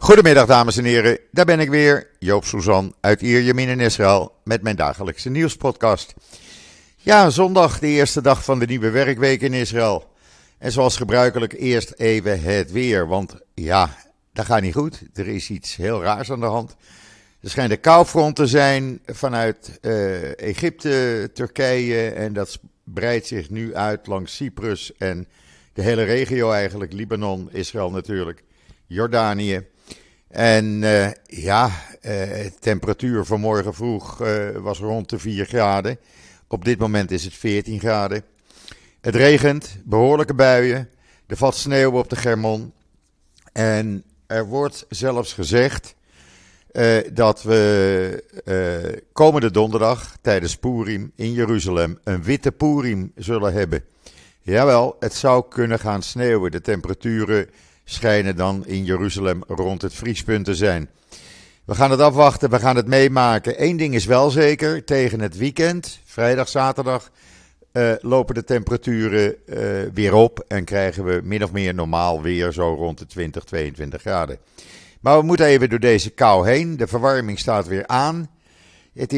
Goedemiddag dames en heren, daar ben ik weer, Joop Suzan uit Ierjemien in Israël met mijn dagelijkse nieuwspodcast. Ja, zondag, de eerste dag van de nieuwe werkweek in Israël. En zoals gebruikelijk eerst even het weer, want ja, dat gaat niet goed. Er is iets heel raars aan de hand. Er schijnen koufronten te zijn vanuit Egypte, Turkije en dat breidt zich nu uit langs Cyprus en de hele regio eigenlijk, Libanon, Israël natuurlijk, Jordanië. En temperatuur vanmorgen vroeg was rond de 4 graden. Op dit moment is het 14 graden. Het regent, behoorlijke buien. Er valt sneeuw op de Germon. En er wordt zelfs gezegd dat we komende donderdag tijdens Purim in Jeruzalem een witte Purim zullen hebben. Jawel, het zou kunnen gaan sneeuwen. De temperaturen schijnen dan in Jeruzalem rond het vriespunt te zijn. We gaan het afwachten, we gaan het meemaken. Eén ding is wel zeker, tegen het weekend, vrijdag, zaterdag, lopen de temperaturen weer op en krijgen we min of meer normaal weer zo rond de 20, 22 graden. Maar we moeten even door deze kou heen, de verwarming staat weer aan. Het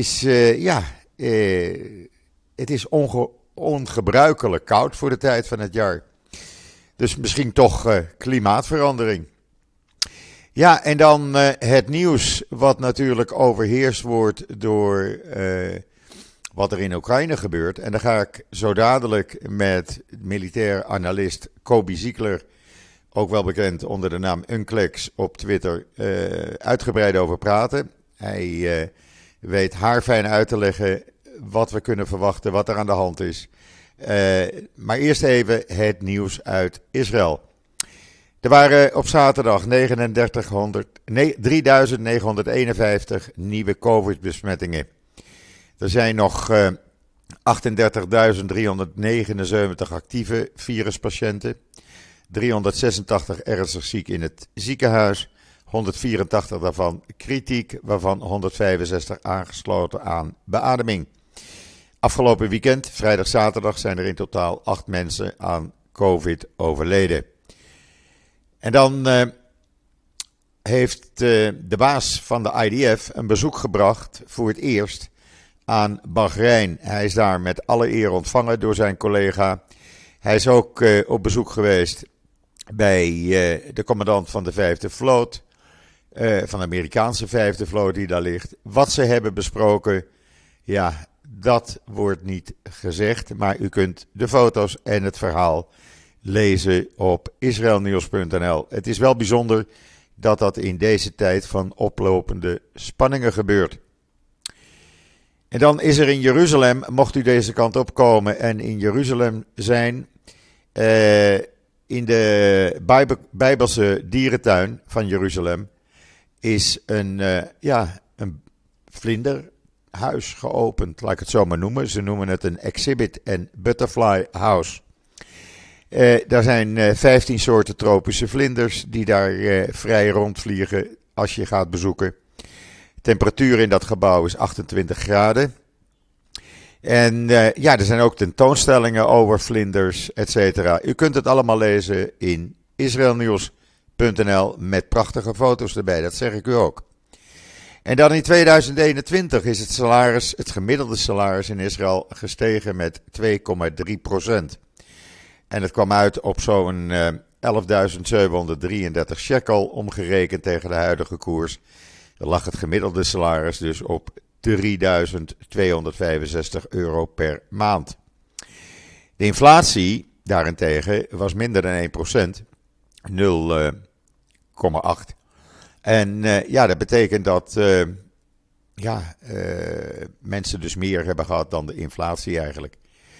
is ongebruikelijk koud voor de tijd van het jaar. Dus misschien toch klimaatverandering. Ja, en dan het nieuws wat natuurlijk overheerst wordt door wat er in Oekraïne gebeurt. En daar ga ik zo dadelijk met militair analist Kobi Ziegler, ook wel bekend onder de naam Unclex op Twitter, uitgebreid over praten. Hij weet haarfijn uit te leggen wat we kunnen verwachten, wat er aan de hand is. Maar eerst even het nieuws uit Israël. Er waren op zaterdag 3951 nieuwe COVID-besmettingen. Er zijn nog 38.379 actieve viruspatiënten. 386 ernstig ziek in het ziekenhuis. 184 daarvan kritiek, waarvan 165 aangesloten aan beademing. Afgelopen weekend, vrijdag, zaterdag, zijn er in totaal 8 mensen aan COVID overleden. En dan heeft de baas van de IDF een bezoek gebracht voor het eerst aan Bahrein. Hij is daar met alle eer ontvangen door zijn collega. Hij is ook op bezoek geweest bij de commandant van de 5e vloot, van de Amerikaanse 5e vloot die daar ligt. Wat ze hebben besproken, ja, dat wordt niet gezegd, maar u kunt de foto's en het verhaal lezen op israelnieuws.nl. Het is wel bijzonder dat dat in deze tijd van oplopende spanningen gebeurt. En dan is er in Jeruzalem, mocht u deze kant op komen en in Jeruzalem zijn, in de Bijbelse dierentuin van Jeruzalem is een vlinderhuis geopend, laat ik het zo maar noemen. Ze noemen het een exhibit and butterfly house. Daar zijn 15 soorten tropische vlinders die daar vrij rondvliegen als je gaat bezoeken. De temperatuur in dat gebouw is 28 graden. En er zijn ook tentoonstellingen over vlinders, etc. U kunt het allemaal lezen in israelnieuws.nl met prachtige foto's erbij, dat zeg ik u ook. En dan in 2021 is het gemiddelde salaris in Israël gestegen met 2,3%. En het kwam uit op zo'n 11.733 shekel, omgerekend tegen de huidige koers. Dan lag het gemiddelde salaris dus op €3.265 per maand. De inflatie daarentegen was minder dan 1%, 0,8%. En dat betekent dat mensen dus meer hebben gehad dan de inflatie eigenlijk.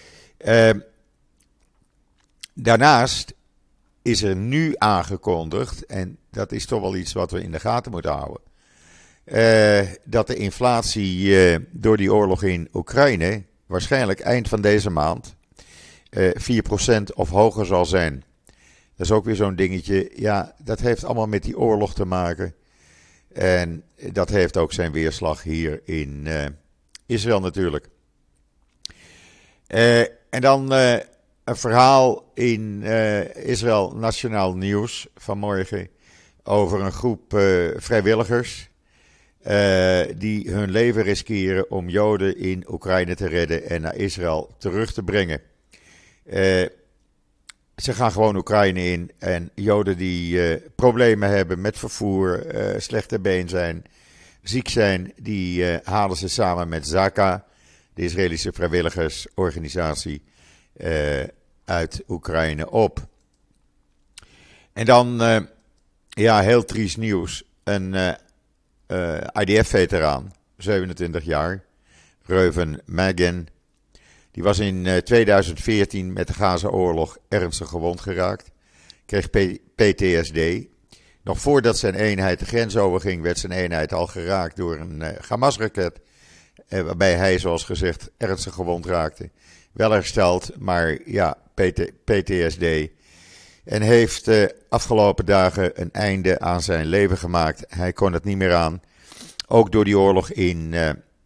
Daarnaast is er nu aangekondigd, en dat is toch wel iets wat we in de gaten moeten houden, dat de inflatie door die oorlog in Oekraïne waarschijnlijk eind van deze maand 4% of hoger zal zijn. Dat is ook weer zo'n dingetje. Ja, dat heeft allemaal met die oorlog te maken. En dat heeft ook zijn weerslag hier in Israël natuurlijk. En dan een verhaal in Israël Nationaal Nieuws vanmorgen over een groep vrijwilligers die hun leven riskeren om Joden in Oekraïne te redden en naar Israël terug te brengen. Ze gaan gewoon Oekraïne in en Joden die problemen hebben met vervoer, slechte been zijn, ziek zijn, die halen ze samen met Zaka, de Israëlische vrijwilligersorganisatie, uit Oekraïne op. En dan, heel triest nieuws. Een IDF-veteraan, 27 jaar, Reuven Magen, die was in 2014 met de Gaza-oorlog ernstig gewond geraakt. Kreeg PTSD. Nog voordat zijn eenheid de grens overging, werd zijn eenheid al geraakt door een Hamas-raket. Waarbij hij, zoals gezegd, ernstig gewond raakte. Wel hersteld, maar ja, PTSD. En heeft afgelopen dagen een einde aan zijn leven gemaakt. Hij kon het niet meer aan. Ook door die oorlog in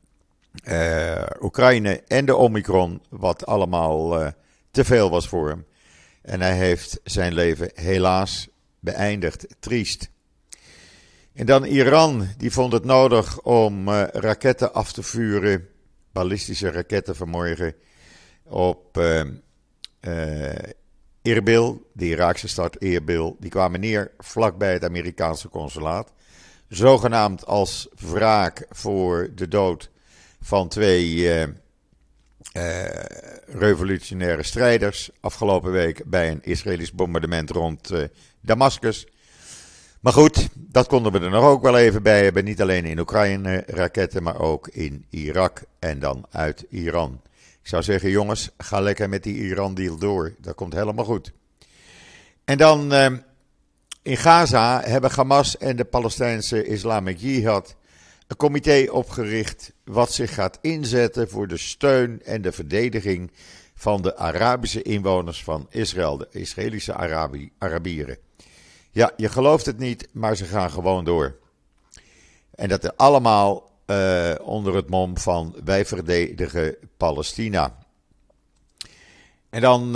Oekraïne en de Omicron, wat allemaal te veel was voor hem. En hij heeft zijn leven helaas beëindigd. Triest. En dan Iran, die vond het nodig om raketten af te vuren, ballistische raketten vanmorgen, op Erbil, de Iraakse stad Erbil. Die kwamen neer vlakbij het Amerikaanse consulaat. Zogenaamd als wraak voor de dood van 2 revolutionaire strijders afgelopen week bij een Israëlisch bombardement rond Damascus. Maar goed, dat konden we er nog ook wel even bij hebben. Niet alleen in Oekraïne raketten, maar ook in Irak en dan uit Iran. Ik zou zeggen, jongens, ga lekker met die Iran-deal door. Dat komt helemaal goed. En dan in Gaza hebben Hamas en de Palestijnse Islamic Jihad een comité opgericht wat zich gaat inzetten voor de steun en de verdediging van de Arabische inwoners van Israël, de Israëlische Arabieren. Ja, je gelooft het niet, maar ze gaan gewoon door. En dat er allemaal onder het mom van wij verdedigen Palestina. En dan,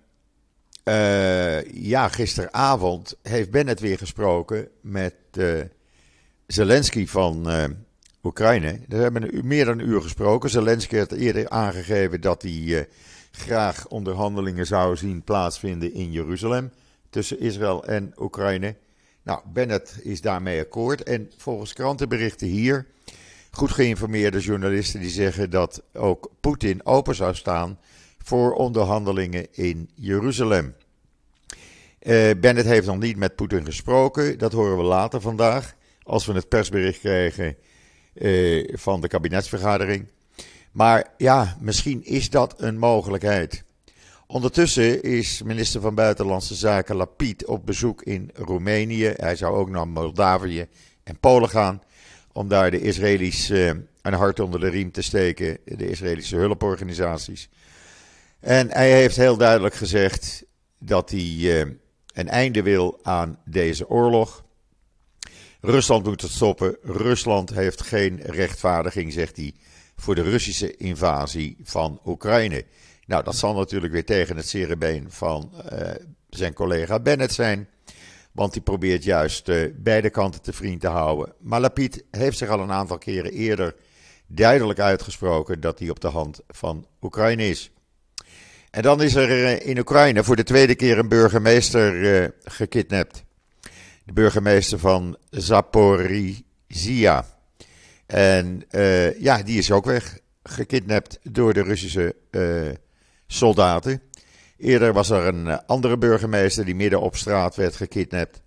gisteravond heeft Bennett weer gesproken met Zelensky van Oekraïne. Ze hebben meer dan een uur gesproken. Zelensky had eerder aangegeven dat hij graag onderhandelingen zou zien plaatsvinden in Jeruzalem tussen Israël en Oekraïne. Nou, Bennett is daarmee akkoord. En volgens krantenberichten hier, goed geïnformeerde journalisten die zeggen dat ook Poetin open zou staan voor onderhandelingen in Jeruzalem. Bennett heeft nog niet met Poetin gesproken. Dat horen we later vandaag, als we het persbericht krijgen van de kabinetsvergadering. Maar ja, misschien is dat een mogelijkheid. Ondertussen is minister van Buitenlandse Zaken Lapid op bezoek in Roemenië. Hij zou ook naar Moldavië en Polen gaan om daar de Israëli's een hart onder de riem te steken, de Israëlische hulporganisaties. En hij heeft heel duidelijk gezegd dat hij een einde wil aan deze oorlog. Rusland moet het stoppen. Rusland heeft geen rechtvaardiging, zegt hij, voor de Russische invasie van Oekraïne. Nou, dat zal natuurlijk weer tegen het zere been van zijn collega Bennett zijn. Want die probeert juist beide kanten te vriend te houden. Maar Lapid heeft zich al een aantal keren eerder duidelijk uitgesproken dat hij op de hand van Oekraïne is. En dan is er in Oekraïne voor de tweede keer een burgemeester gekidnapt. De burgemeester van Zaporizhia. En die is ook gekidnapt door de Russische soldaten. Eerder was er een andere burgemeester die midden op straat werd gekidnapt.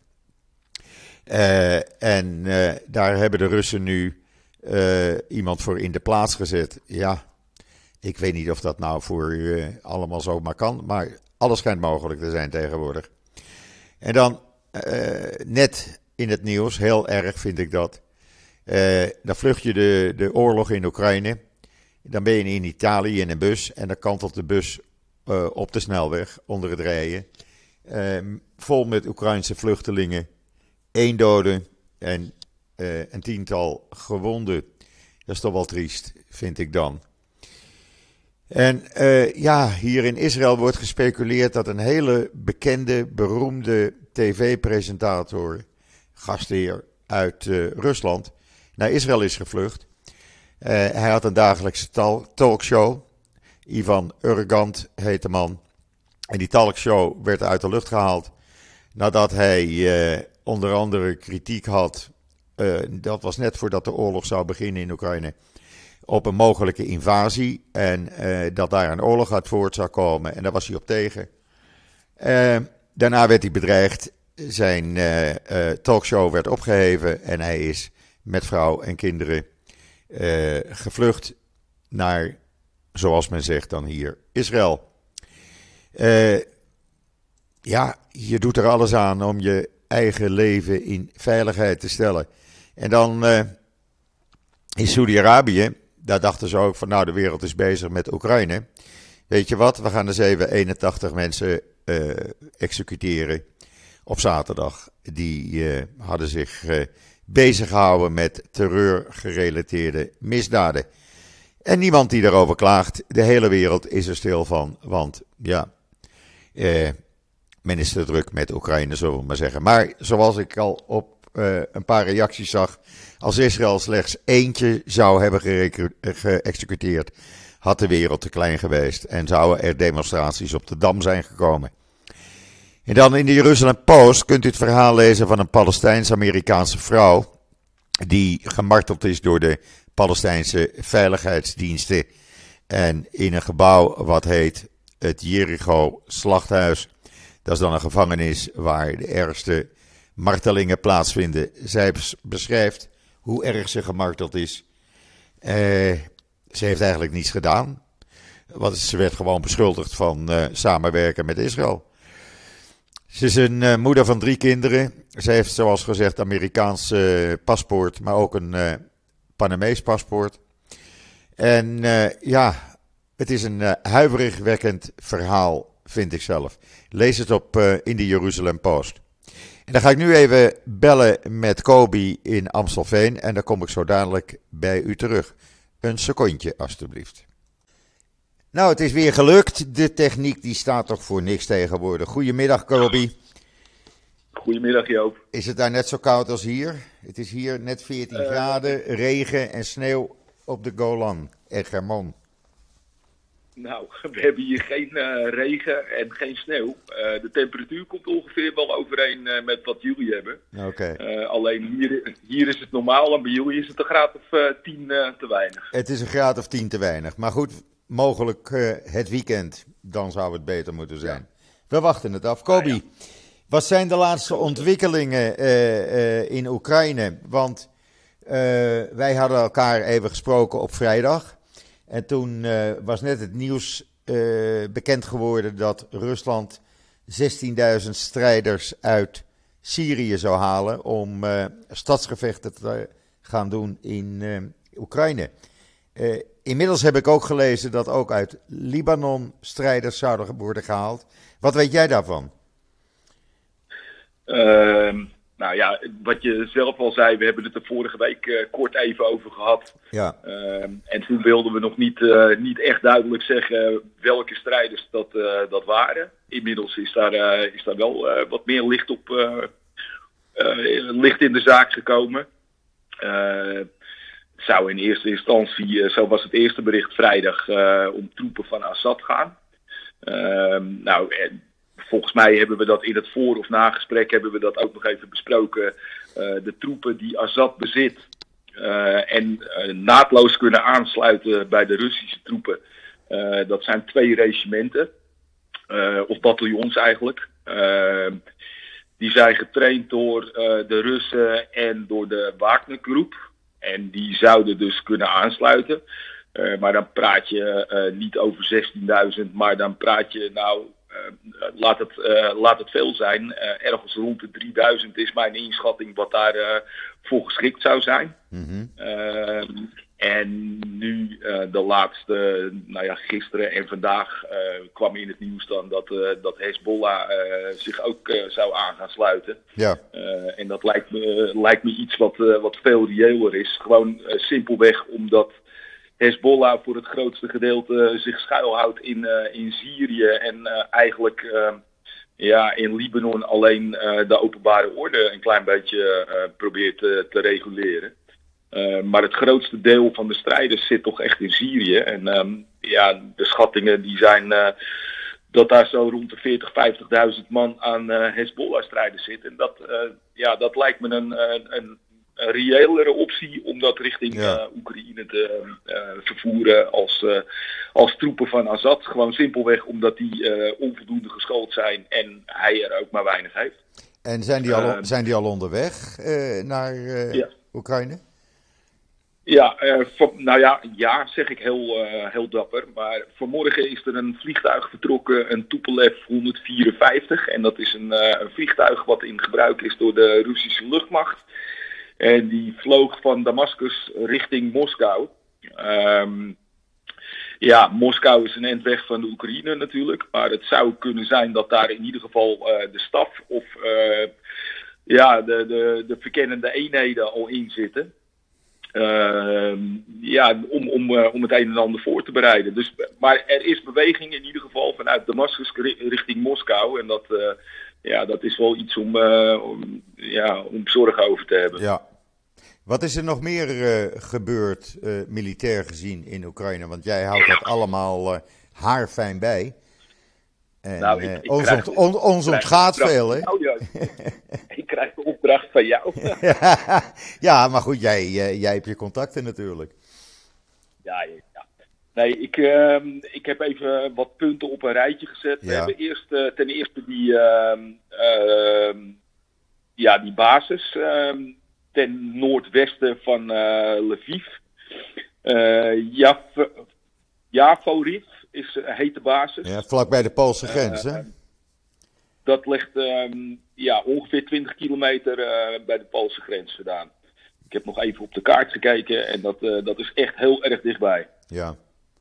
Daar hebben de Russen nu iemand voor in de plaats gezet. Ja, ik weet niet of dat nou voor allemaal zomaar kan, maar alles schijnt mogelijk te zijn tegenwoordig. En dan net in het nieuws, heel erg vind ik dat. Dan vlucht je de oorlog in Oekraïne. Dan ben je in Italië in een bus en dan kantelt de bus op de snelweg onder het rijden. Vol met Oekraïnse vluchtelingen. 1 dode en een 10-tal gewonden. Dat is toch wel triest, vind ik dan. En hier in Israël wordt gespeculeerd dat een hele bekende, beroemde tv-presentator, gastheer uit Rusland, naar Israël is gevlucht. Hij had een dagelijkse talkshow. Ivan Urgant heet de man. En die talkshow werd uit de lucht gehaald nadat hij onder andere kritiek had. Dat was net voordat de oorlog zou beginnen in Oekraïne. Op een mogelijke invasie. En dat daar een oorlog uit voort zou komen. En daar was hij op tegen. Daarna werd hij bedreigd. Zijn talkshow werd opgeheven. En hij is met vrouw en kinderen gevlucht naar, zoals men zegt dan hier, Israël. Ja, je doet er alles aan om je eigen leven in veiligheid te stellen. En dan in Saudi-Arabië, daar dachten ze ook van nou, de wereld is bezig met Oekraïne. Weet je wat, we gaan eens even 81 mensen executeren op zaterdag. Die hadden zich bezig gehouden met terreurgerelateerde misdaden. En niemand die daarover klaagt. De hele wereld is er stil van. Want ja, men is te druk met Oekraïne, zullen we maar zeggen. Maar zoals ik al op een paar reacties zag. Als Israël slechts eentje zou hebben geëxecuteerd, had de wereld te klein geweest. En zouden er demonstraties op de Dam zijn gekomen. En dan in de Jeruzalem Post kunt u het verhaal lezen van een Palestijns-Amerikaanse vrouw. Die gemarteld is door de Palestijnse veiligheidsdiensten. En in een gebouw wat heet het Jericho Slachthuis. Dat is dan een gevangenis waar de ergste martelingen plaatsvinden. Zij beschrijft hoe erg ze gemarteld is. Ze heeft eigenlijk niets gedaan. Want ze werd gewoon beschuldigd van samenwerken met Israël. Ze is een moeder van 3 kinderen. Ze heeft zoals gezegd Amerikaans paspoort, maar ook een Panamees paspoort. En ja, het is een huiverigwekkend verhaal, vind ik zelf. Lees het op in de Jeruzalem Post. En dan ga ik nu even bellen met Kobi in Amstelveen en dan kom ik zo dadelijk bij u terug. Een secondje, alstublieft. Nou, het is weer gelukt. De techniek die staat toch voor niks tegenwoordig. Goedemiddag, Kobi. Goedemiddag, Joop. Is het daar net zo koud als hier? Het is hier net 14 graden, regen en sneeuw op de Golan en Hermon. Nou, we hebben hier geen regen en geen sneeuw. De temperatuur komt ongeveer wel overeen met wat jullie hebben. Okay. Alleen hier is het normaal en bij jullie is het een graad of 10 te weinig. Het is een graad of 10 te weinig. Maar goed, mogelijk het weekend, dan zou het beter moeten zijn. Ja. We wachten het af. Kobi, ja. Wat zijn de laatste ontwikkelingen in Oekraïne? Want wij hadden elkaar even gesproken op vrijdag. En toen was net het nieuws bekend geworden dat Rusland 16.000 strijders uit Syrië zou halen om stadsgevechten te gaan doen in Oekraïne. Inmiddels heb ik ook gelezen dat ook uit Libanon strijders zouden worden gehaald. Wat weet jij daarvan? Nou ja, wat je zelf al zei, we hebben het er vorige week kort even over gehad. Ja. En toen wilden we nog niet echt duidelijk zeggen welke strijders dat waren. Inmiddels is daar wel wat meer licht in de zaak gekomen. Het zou in eerste instantie, zo was het eerste bericht vrijdag, om troepen van Assad gaan. Volgens mij hebben we dat in het voor- of nagesprek hebben we dat ook nog even besproken. De troepen die Assad bezit en naadloos kunnen aansluiten bij de Russische troepen. Dat zijn 2 regimenten, of bataljons eigenlijk. Die zijn getraind door de Russen en door de Wagner-groep. En die zouden dus kunnen aansluiten. Maar dan praat je niet over 16.000, maar dan praat je laat het veel zijn. Ergens rond de 3000 is mijn inschatting wat daar voor geschikt zou zijn. Mm-hmm. En nu de laatste, gisteren en vandaag kwam in het nieuws dan dat Hezbollah zich ook zou aan gaan sluiten. Ja. En dat lijkt me iets wat veel reëler is. Gewoon simpelweg omdat Hezbollah voor het grootste gedeelte zich schuilhoudt in Syrië en eigenlijk ja, in Libanon alleen de openbare orde een klein beetje probeert te reguleren. Maar het grootste deel van de strijders zit toch echt in Syrië. En ja, de schattingen die zijn dat daar zo rond de 40.000, 50.000 man aan Hezbollah-strijders zit. En dat lijkt me een reëlere optie om dat richting Oekraïne te vervoeren als troepen van Assad. Gewoon simpelweg omdat die onvoldoende geschoold zijn en hij er ook maar weinig heeft. En zijn die al onderweg naar Oekraïne? Ja, ja, zeg ik heel dapper. Maar vanmorgen is er een vliegtuig vertrokken, een Tupolev 154. En dat is een vliegtuig wat in gebruik is door de Russische luchtmacht. En die vloog van Damascus richting Moskou. Ja, Moskou is een eind weg van de Oekraïne natuurlijk. Maar het zou kunnen zijn dat daar in ieder geval de staf of de verkennende eenheden al in zitten. Om het een en ander voor te bereiden. Dus, maar er is beweging in ieder geval vanuit Damascus richting Moskou. En dat is wel iets om zorgen over te hebben. Ja. Wat is er nog meer gebeurd, militair gezien, in Oekraïne? Want jij houdt dat allemaal haarfijn bij. En, ons ontgaat veel, hè? Ik krijg de opdracht van jou. Ja, maar goed, jij hebt je contacten natuurlijk. Ja. Nee, ik heb even wat punten op een rijtje gezet. Ja. We hebben ten eerste die basis ten noordwesten van Lviv. Javoriv heet de basis. Ja, vlakbij de Poolse grens, hè? Dat ligt ongeveer 20 kilometer bij de Poolse grens vandaan. Ik heb nog even op de kaart gekeken en dat is echt heel erg dichtbij. Ja.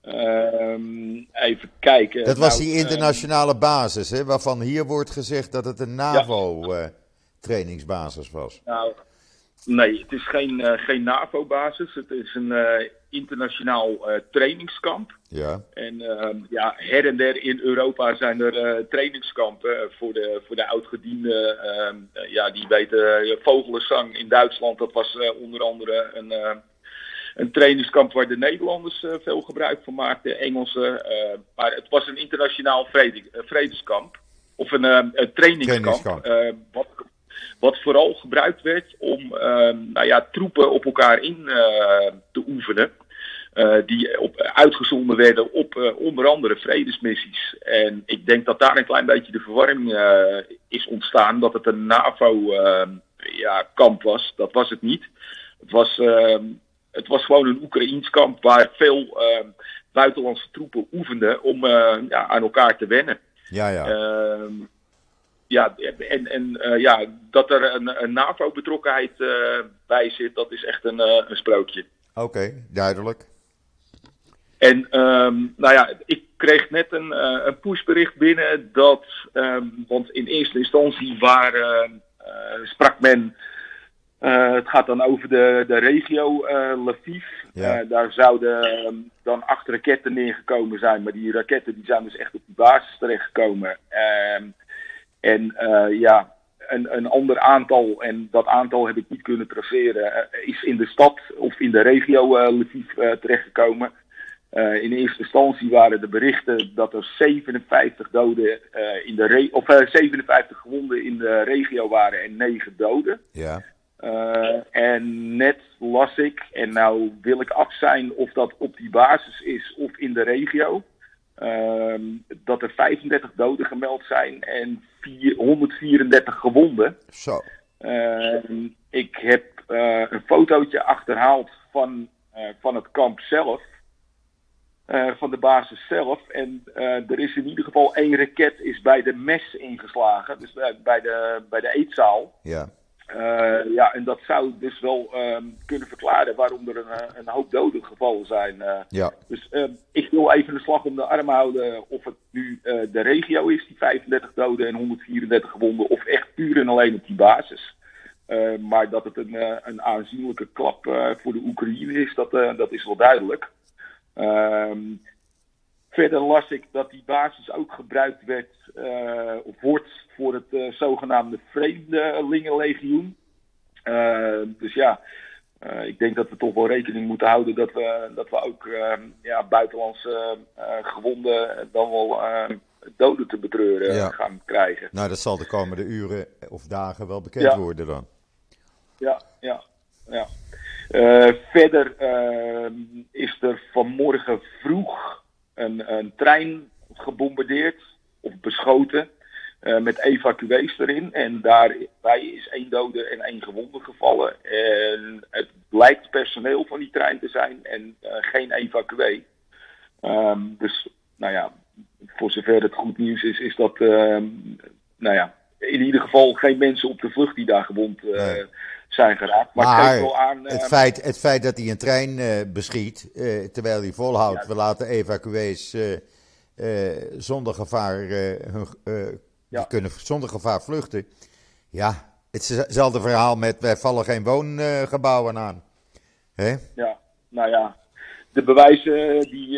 Even kijken. Dat was die internationale basis, hè, waarvan hier wordt gezegd dat het een NAVO-trainingsbasis was. Nou, nee, het is geen NAVO-basis. Het is een internationaal trainingskamp. Ja. En her en der in Europa zijn er trainingskampen voor de oudgedienden. Die weten, Vogelenzang in Duitsland, dat was onder andere een trainingskamp waar de Nederlanders veel gebruik van maakten, Engelsen. Maar het was een internationaal vredeskamp. Of een trainingskamp. Wat vooral gebruikt werd om troepen op elkaar in te oefenen. Die uitgezonden werden op onder andere vredesmissies. En ik denk dat daar een klein beetje de verwarring is ontstaan. Dat het een NAVO-kamp was. Dat was het niet. Het was gewoon een Oekraïens kamp waar veel buitenlandse troepen oefenden om aan elkaar te wennen. Dat er een NAVO-betrokkenheid bij zit, dat is echt een sprookje. Oké, duidelijk. En ik kreeg net een pushbericht binnen dat, want in eerste instantie sprak men, het gaat dan over de regio Lviv. Ja. Daar zouden dan 8 raketten neergekomen zijn, maar die raketten die zijn dus echt op die basis terechtgekomen. Een ander aantal, en dat aantal heb ik niet kunnen traceren, is in de stad of in de regio Lviv terechtgekomen. In eerste instantie waren de berichten dat er 57 doden 57 gewonden in de regio waren en 9 doden. Ja. En net las ik, en nou wil ik af zijn of dat op die basis is of in de regio, dat er 35 doden gemeld zijn en 134 gewonden. Zo. Ik heb een fotootje achterhaald van het kamp zelf. Van de basis zelf. En er is in ieder geval 1 raket is bij de mes ingeslagen. Dus bij de eetzaal. Ja. En dat zou dus wel kunnen verklaren waarom er een hoop doden gevallen zijn. Dus ik wil even de slag om de arm houden of het nu de regio is, die 35 doden en 134 gewonden, of echt puur en alleen op die basis. Maar dat het een aanzienlijke klap voor de Oekraïne is, dat is wel duidelijk. Verder las ik dat die basis ook gebruikt werd, of wordt voor het zogenaamde Vreemdelingenlegioen. Dus ja, ik denk dat we toch wel rekening moeten houden dat we ook buitenlandse gewonden dan wel doden te betreuren gaan krijgen. Nou, dat zal de komende uren of dagen wel bekend worden dan. Ja. Verder is er vanmorgen vroeg een trein gebombardeerd of beschoten met evacuees erin. En daarbij is 1 dode en 1 gewonde gevallen. En het blijkt personeel van die trein te zijn en geen evacuee. Dus, nou ja, voor zover het goed nieuws is dat, in ieder geval geen mensen op de vlucht die daar gewond zijn geraakt. Maar wel aan, het feit dat hij een trein beschiet, terwijl hij volhoudt, we laten evacuees zonder gevaar, die kunnen zonder gevaar vluchten. Ja, het is hetzelfde verhaal met wij vallen geen woongebouwen aan. Hè? Ja, nou ja, de bewijzen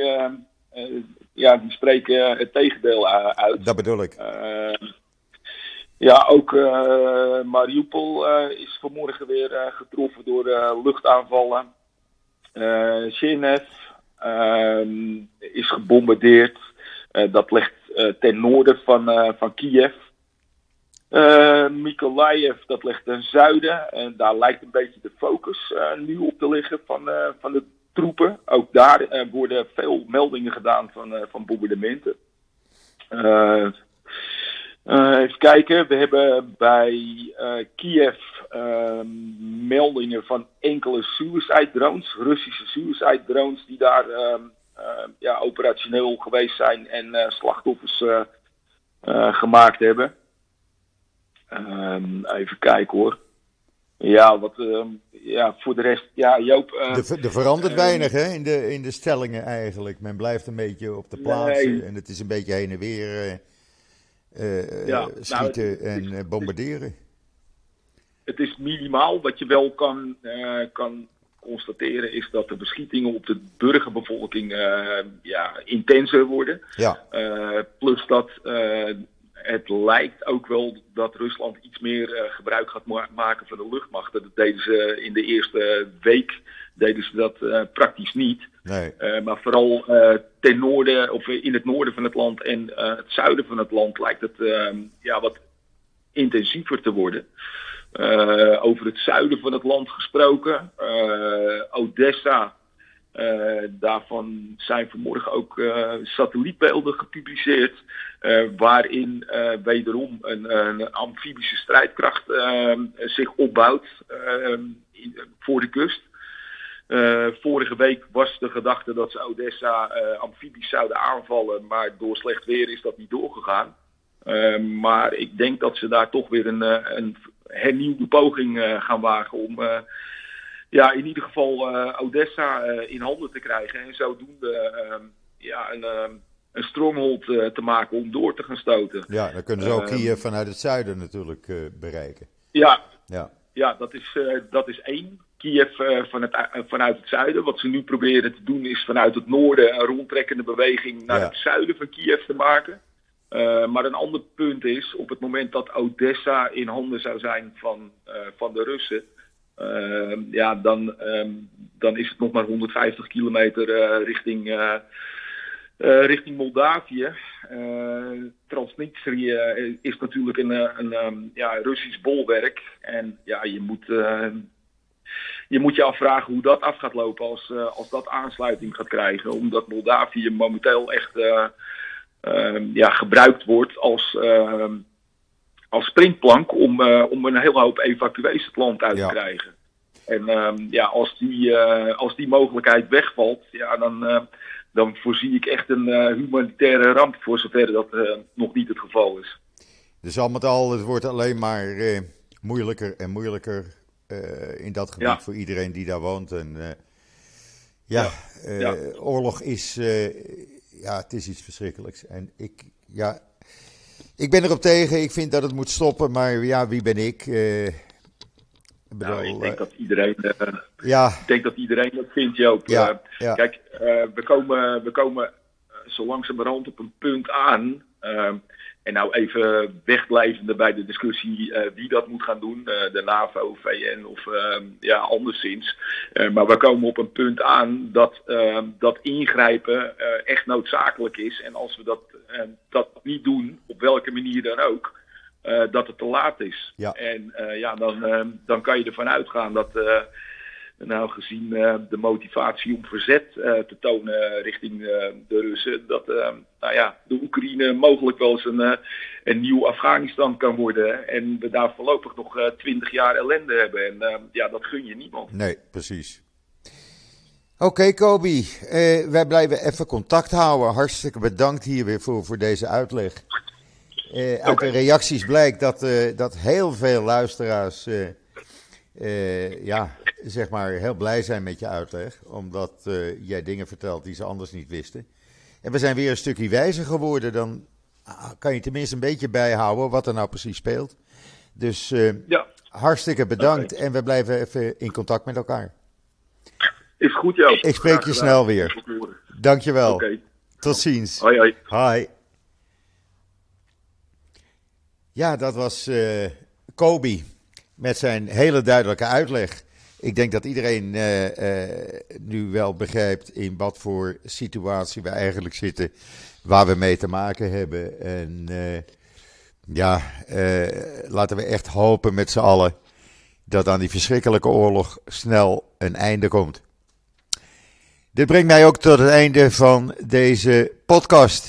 die spreken het tegendeel uit. Dat bedoel ik. Ook Mariupol is vanmorgen weer getroffen door luchtaanvallen. Cherniv is gebombardeerd. Dat ligt ten noorden van Kiev. Mykolaiv, dat ligt ten zuiden. En daar lijkt een beetje de focus nu op te liggen van de troepen. Ook daar worden veel meldingen gedaan van bombardementen. Even kijken, we hebben bij Kiev meldingen van enkele suicide drones, Russische suicide drones die daar operationeel geweest zijn en slachtoffers gemaakt hebben. Even kijken hoor. Ja, voor de rest, ja Joop. Er verandert weinig hè, in de stellingen eigenlijk. Men blijft een beetje op de plaats en het is een beetje heen en weer schieten en bombarderen. Het is minimaal. Wat je wel kan constateren is dat de beschietingen op de burgerbevolking intenser worden. Ja. Plus dat het lijkt ook wel dat Rusland iets meer gebruik gaat maken van de luchtmacht. Dat deden ze in de eerste week praktisch niet. Nee. Maar vooral ten noorden of in het noorden van het land en het zuiden van het land lijkt het wat intensiever te worden. Over het zuiden van het land gesproken, Odessa. Daarvan zijn vanmorgen ook satellietbeelden gepubliceerd, waarin wederom een amfibische strijdkracht zich opbouwt voor de kust. Vorige week was de gedachte dat ze Odessa amfibisch zouden aanvallen, maar door slecht weer is dat niet doorgegaan. Maar ik denk dat ze daar toch weer een hernieuwde poging gaan wagen om in ieder geval Odessa in handen te krijgen en zodoende een stronghold te maken om door te gaan stoten. Ja, dan kunnen ze ook Kiev vanuit het zuiden natuurlijk bereiken. Ja, dat is één. Kiev vanuit het zuiden. Wat ze nu proberen te doen is vanuit het noorden een rondtrekkende beweging naar het zuiden van Kiev te maken. Maar een ander punt is, op het moment dat Odessa in handen zou zijn van de Russen, dan is het nog maar 150 kilometer richting Moldavië. Transnistrië is natuurlijk een Russisch bolwerk. En ja, je moet je afvragen hoe dat af gaat lopen als dat aansluiting gaat krijgen. Omdat Moldavië momenteel echt gebruikt wordt als springplank om een hele hoop evacuees het land uit te krijgen. En als die mogelijkheid wegvalt, dan voorzie ik echt een humanitaire ramp, voor zover dat nog niet het geval is. Dus al met al, het wordt alleen maar moeilijker en moeilijker in dat gebied voor iedereen die daar woont. En oorlog is, het is iets verschrikkelijks. En ik ben erop tegen, ik vind dat het moet stoppen, maar ja, wie ben ik? Ik denk dat iedereen dat vindt, Joop. Kijk, we komen zo langzamerhand op een punt aan. En nou even wegblijvende bij de discussie wie dat moet gaan doen. De NAVO, VN of anderszins. Maar we komen op een punt aan dat ingrijpen echt noodzakelijk is. En als we dat niet doen, op welke manier dan ook, dat het te laat is. Ja. En dan kan je ervan uitgaan dat... gezien de motivatie om verzet te tonen richting de Russen, dat de Oekraïne mogelijk wel eens een nieuw Afghanistan kan worden. En we daar voorlopig nog 20 jaar ellende hebben. En dat gun je niemand. Nee, precies. Oké, Kobi. Wij blijven even contact houden. Hartstikke bedankt hier weer voor deze uitleg. Uit de reacties blijkt dat heel veel luisteraars... zeg maar heel blij zijn met je uitleg, omdat jij dingen vertelt die ze anders niet wisten. En we zijn weer een stukje wijzer geworden, dan kan je tenminste een beetje bijhouden wat er nou precies speelt. Dus hartstikke bedankt en we blijven even in contact met elkaar. Is goed, Joop. Ik spreek je snel weer. Dankjewel. Okay. Tot ziens. Hoi. Hi. Ja, dat was Kobi met zijn hele duidelijke uitleg. Ik denk dat iedereen nu wel begrijpt in wat voor situatie we eigenlijk zitten, waar we mee te maken hebben. En laten we echt hopen met z'n allen dat aan die verschrikkelijke oorlog snel een einde komt. Dit brengt mij ook tot het einde van deze podcast.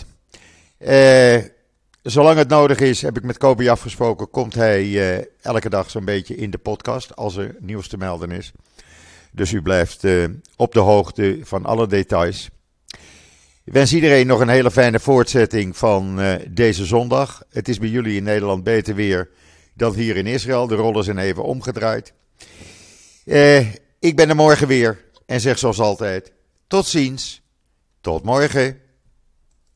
Zolang het nodig is, heb ik met Kobi afgesproken, komt hij elke dag zo'n beetje in de podcast als er nieuws te melden is. Dus u blijft op de hoogte van alle details. Ik wens iedereen nog een hele fijne voortzetting van deze zondag. Het is bij jullie in Nederland beter weer dan hier in Israël. De rollen zijn even omgedraaid. Ik ben er morgen weer en zeg zoals altijd, tot ziens, tot morgen.